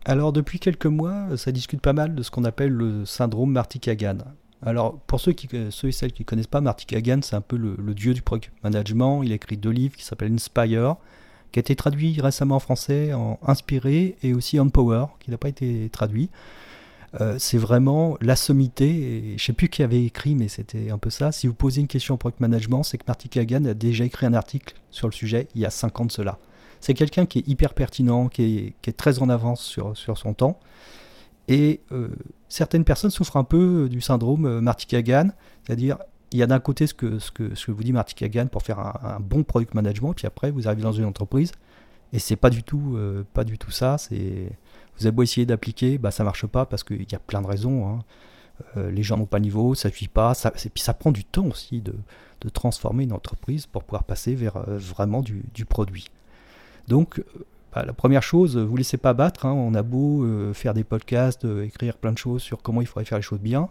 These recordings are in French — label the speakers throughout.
Speaker 1: Alors depuis quelques mois, ça discute pas mal de ce qu'on appelle le syndrome Marty Kagan. Alors pour ceux et celles qui ne connaissent pas, Marty Kagan, c'est un peu le dieu du product management. Il a écrit 2 livres qui s'appellent Inspire, qui a été traduit récemment en français, en Inspiré, et aussi Empower, qui n'a pas été traduit. C'est vraiment la sommité, et je ne sais plus qui avait écrit, mais c'était un peu ça. Si vous posez une question en product management, c'est que Marty Kagan a déjà écrit un article sur le sujet il y a 5 ans de cela. C'est quelqu'un qui est hyper pertinent, qui est très en avance sur son temps. Et certaines personnes souffrent un peu du syndrome Marty Kagan, c'est-à-dire il y a d'un côté ce que vous dit Marty Kagan pour faire un bon product management, puis après vous arrivez dans une entreprise et c'est pas du tout ça. Vous avez beau essayer d'appliquer, ça marche pas parce qu'il y a plein de raisons. Les gens n'ont pas le niveau, ça suit pas, puis ça prend du temps aussi de transformer une entreprise pour pouvoir passer vers vraiment du produit. Donc la première chose, vous ne laissez pas battre, on a beau faire des podcasts, écrire plein de choses sur comment il faudrait faire les choses bien.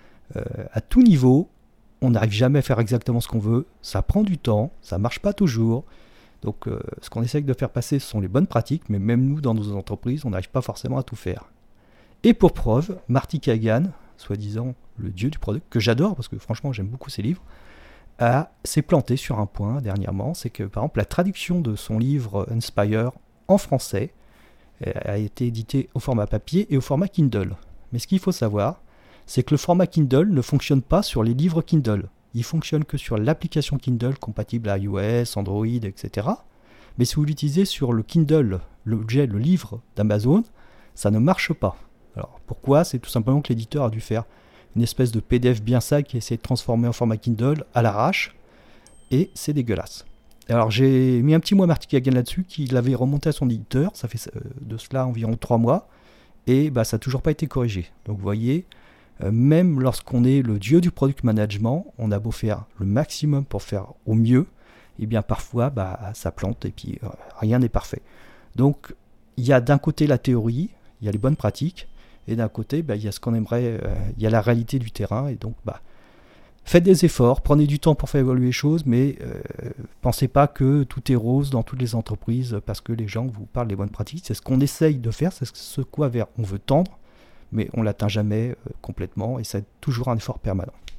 Speaker 1: À tout niveau, on n'arrive jamais à faire exactement ce qu'on veut, ça prend du temps, ça ne marche pas toujours. Donc ce qu'on essaie de faire passer, ce sont les bonnes pratiques, mais même nous, dans nos entreprises, on n'arrive pas forcément à tout faire. Et pour preuve, Marty Kagan, soi-disant le dieu du product, que j'adore, parce que franchement j'aime beaucoup ses livres, s'est planté sur un point dernièrement, c'est que par exemple la traduction de son livre Inspire en français a été édité au format papier et au format Kindle. Mais ce qu'il faut savoir, c'est que le format Kindle ne fonctionne pas sur les livres Kindle. Il fonctionne que sur l'application Kindle compatible à iOS, Android, etc. Mais si vous l'utilisez sur le Kindle, l'objet, le livre d'Amazon, ça ne marche pas. Alors pourquoi ? C'est tout simplement que l'éditeur a dû faire une espèce de PDF bien sale qui essaie de transformer en format Kindle à l'arrache, et c'est dégueulasse. Alors j'ai mis un petit mois Marty Kagan là-dessus, qu'il avait remonté à son éditeur, ça fait de cela environ 3 mois, et ça n'a toujours pas été corrigé. Donc vous voyez, même lorsqu'on est le dieu du product management, on a beau faire le maximum pour faire au mieux, et bien parfois ça plante, et puis rien n'est parfait. Donc il y a d'un côté la théorie, il y a les bonnes pratiques, et d'un côté il y a ce qu'on aimerait, il y a la réalité du terrain, et donc faites des efforts, prenez du temps pour faire évoluer les choses, mais pensez pas que tout est rose dans toutes les entreprises parce que les gens vous parlent des bonnes pratiques. C'est ce qu'on essaye de faire, c'est ce quoi vers on veut tendre, mais on l'atteint jamais complètement, et c'est toujours un effort permanent.